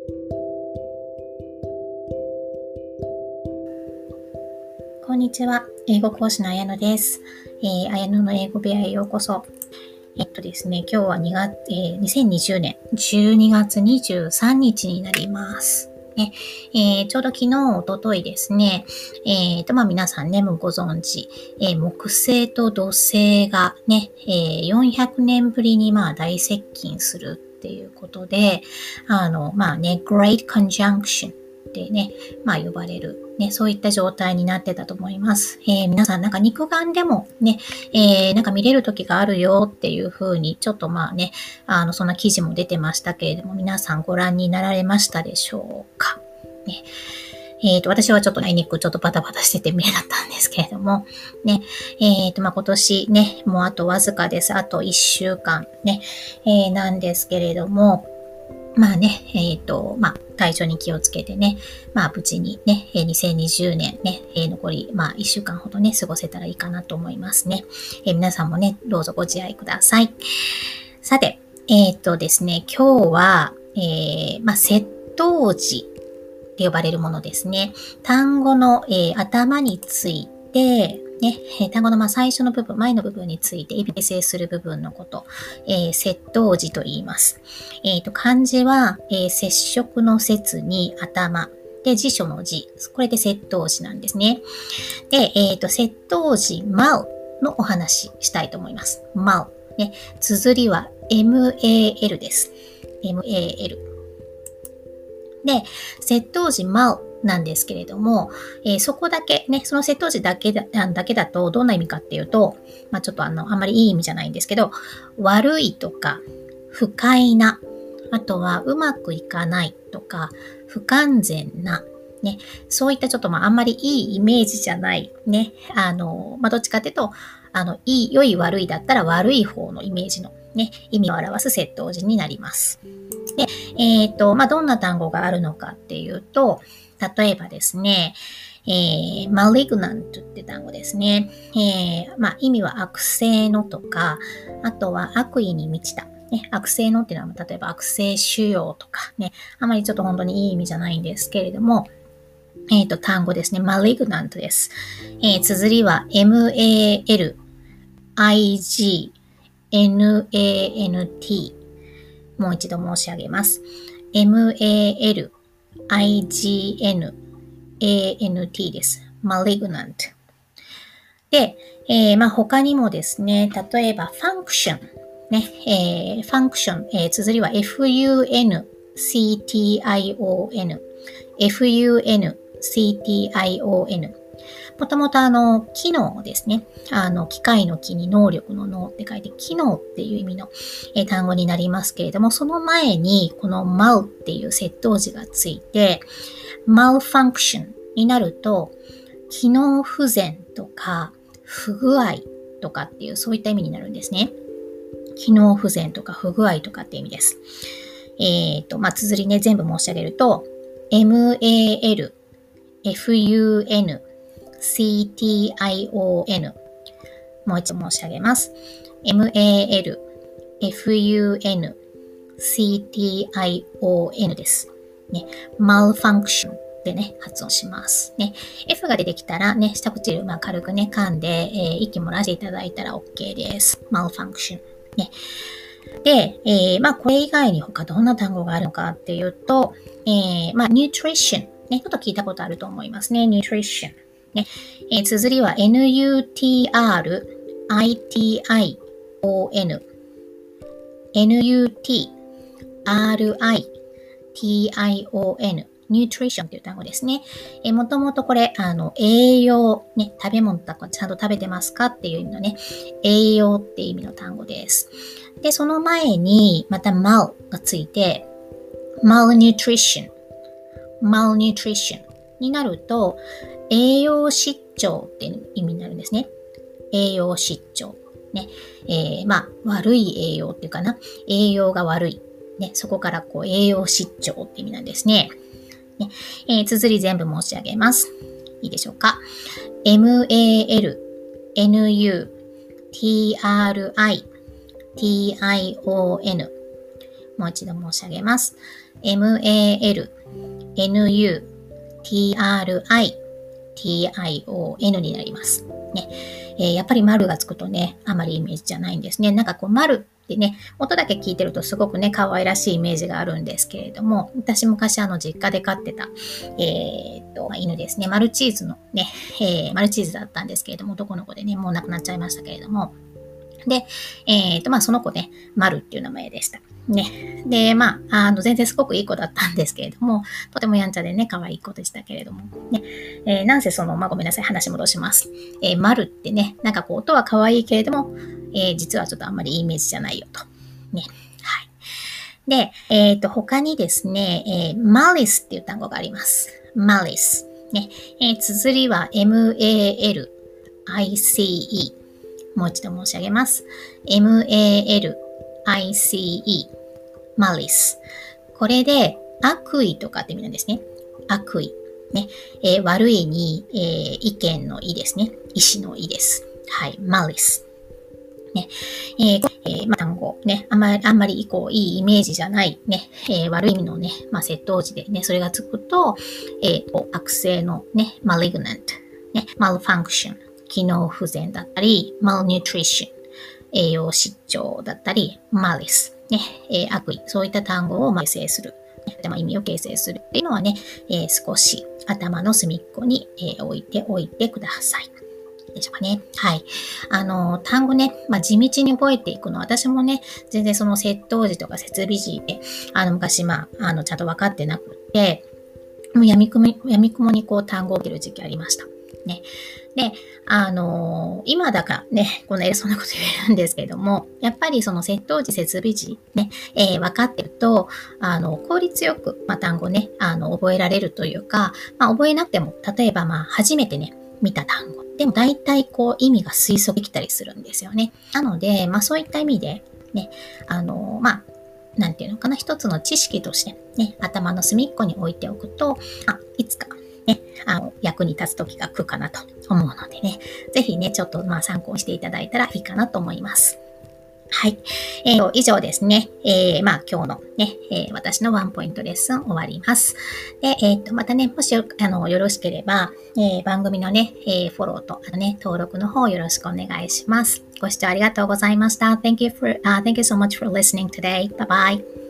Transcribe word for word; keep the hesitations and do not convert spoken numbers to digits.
こんにちは。英語講師の綾乃です。えー、綾乃の英語部屋へようこそ。えっとですね、今日はにがつ、えー、にせんにじゅうねんじゅうにがつにじゅうさんにちになります。ねえー、ちょうど昨日、おとといですね、えーとまあ、皆さんね、もうご存知、えー、木星と土星がね、えー、よんひゃくねんぶりにまあ大接近するっていうことで、あの、まあね、Great Conjunctionってね、まあ呼ばれる、ね、そういった状態になってたと思います。えー、皆さんなんか肉眼でもね、えー、なんか見れる時があるよっていう風に、ちょっとまあね、あの、そんな記事も出てましたけれども、皆さんご覧になられましたでしょうか。ねえっ、ー、と、私はちょっとあいにくちょっとバタバタしてて見れなかったんですけれども、ね、えっ、ー、と、まあ、今年ね、もうあとわずかです。あといっしゅうかんね、えー、なんですけれども、まあね、えっ、ー、と、まあ、体調に気をつけてね、まあ、無事にね、にせんにじゅうねんね、えー、残り、まあ、いっしゅうかんほどね、過ごせたらいいかなと思いますね。えー、皆さんもね、どうぞご自愛ください。さて、えっ、ー、とですね、今日は、えー、まあ、窃盗時って呼ばれるものですね。単語の、えー、頭について、ね、単語のまあ最初の部分、前の部分について形成する部分のこと、えー、窃盗時と言います。えーと、漢字は、えー、接触の節に頭。で、辞書の字。これで窃盗時なんですね。で、えーと、窃盗時、マウのお話したいと思います。マウ。ね、綴りは エムエーエル です。エムエーエル。で、窃盗時、マウなんですけれども、えー、そこだけ、ね、その窃盗時だけだ、だけだとどんな意味かっていうと、まあ、ちょっとあの、あんまりいい意味じゃないんですけど、悪いとか、不快な、あとはうまくいかないとか、不完全な、ね、そういったちょっとまああんまりいいイメージじゃない、ね、あの、まあ、どっちかっていうと、あの、いい、良い悪いだったら悪い方のイメージのね、意味を表す窃盗時になります。で、えっと、まあ、どんな単語があるのかっていうと、例えばですね、えー、malignant って単語ですね。えー、まあ、意味は悪性のとか、あとは悪意に満ちた。ね、悪性のっていうのは、例えば悪性腫瘍とかね、あまりちょっと本当にいい意味じゃないんですけれども、えっと、単語ですね。malignant です。えー、綴りは エムエーエルアイジーエヌエーエヌティー。もう一度申し上げます。エムエーエルアイジーエヌエーエヌティー です。malignant。で、えー、まあ他にもですね、例えば function。ね、えー、function、えー、綴りは エフユーエヌシーティーアイオーエヌ。エフユーエヌシーティーアイオーエヌ。もともとあの、機能ですね。あの、機械の機に能力の能って書いて、機能っていう意味の、えー、単語になりますけれども、その前に、この mal っていう窃盗時がついて、malfunction になると、機能不全とか、不具合とかっていう、そういった意味になるんですね。機能不全とか不具合とかって意味です。えっと、まあ、綴りね、全部申し上げると、エムエーエルエフユーエヌシーティーアイオーエヌ。もう一度申し上げます。エムエーエルエフユーエヌシーティーアイオーエヌ です。ね、malfunction でね、発音します。ね、F が出てきたらね、下唇、まあ、軽くね、噛んで、えー、息漏らしていただいたら OK です。malfunction。ね。で、えー、まあ、これ以外に他どんな単語があるのかっていうと、えー、まあ、nutrition。ね、ちょっと聞いたことあると思いますね。nutrition。ね、えー、綴りは エヌユーティーアールアイティーアイオーエヌ。エヌユーティーアールアイティーアイオーエヌ。nutrition という単語ですね。えー、もともとこれ、あの、栄養、ね、食べ物とかちゃんと食べてますかっていう意味のね、栄養っていう意味の単語です。で、その前に、また mal がついて、malnutrition、malnutrition になると、栄養失調っていう意味になるんですね。栄養失調。ね。えー、まあ、悪い栄養っていうかな。栄養が悪い。ね。そこからこう、栄養失調って意味なんですね。ねえー、綴り全部申し上げます。いいでしょうか。エムエーエルエヌユーティーアールアイティーアイオーエヌ。 もう一度申し上げます。マル、ヌ、ユー、ティーアール、アイ、ティーアイオーエヌ になります。ね。えー、やっぱり丸がつくとね、あまりイメージじゃないんですね。なんかこう丸ってね、音だけ聞いてるとすごくね、可愛らしいイメージがあるんですけれども、私昔あの実家で飼ってた、えー、っと、犬ですね、マルチーズのね、えー、マルチーズだったんですけれども、男の子でね、もう亡くなっちゃいましたけれども、で、えっと、まあ、その子ね、マルっていう名前でした。ね。で、まあ、あの、全然すごくいい子だったんですけれども、とてもやんちゃでね、可愛い子でしたけれども、ね。えー、なんせその、まあ、ごめんなさい、話戻します。えー、マルってね、なんかこう、音は可愛いけれども、えー、実はちょっとあんまりいいイメージじゃないよと。ね。はい。で、えっと、他にですね、えー、マリスっていう単語があります。マリス。ね。えー、綴りは マル イシー。もう一度申し上げます。マル イシー、マリス。これで、悪意とかって意味なんですね。悪意。ね。えー、悪いに、えー、意見の意ですね。意思の意です。はい。マリス。ね。えー、えー、まあ、単語。ね。あんまり、あんまり、こう、いいイメージじゃない。ね。えー、悪い意味のね、まあ、窃盗時でね、それがつくと、えー、悪性のね、malignant。ね。malfunction。機能不全だったり、malnutrition、栄養失調だったり、malice、ね、えー、悪意、そういった単語を形成する。頭意味を形成するっていうのはね、えー、少し頭の隅っこに、えー、置いておいてください。でしょうかね。はい。あの、単語ね、まあ、地道に覚えていくのは、私もね、全然その窃盗時とか設備時で、あの、昔、まあ、あの、ちゃんと分かってなくて、もう闇雲、闇雲にこう単語を受ける時期ありました。ね。で、あのー、今だからね、こんな偉そうなこと言えるんですけども、やっぱりその窃盗時、設備時、ね、えー、分かってると、あの、効率よく、まあ、単語ね、あの、覚えられるというか、まあ、覚えなくても、例えば、まあ、初めてね、見た単語。でも、大体、こう、意味が推測できたりするんですよね。なので、まあ、そういった意味で、ね、あのー、まあ、なんていうのかな、一つの知識として、ね、頭の隅っこに置いておくと、あ、いつか、ね、あの、役に立つ時が来るかなと思うのでね、ぜひね、ちょっとまあ参考にしていただいたらいいかなと思います。はい。えー、以上ですね。えー、まあ今日のね、えー、私のワンポイントレッスン終わります。で、えっと、またね、もしよ、あの、よろしければ、えー、番組のね、えー、フォローと、あのね、登録の方よろしくお願いします。ご視聴ありがとうございました。Thank you for,、uh, thank you so much for listening today. Bye bye.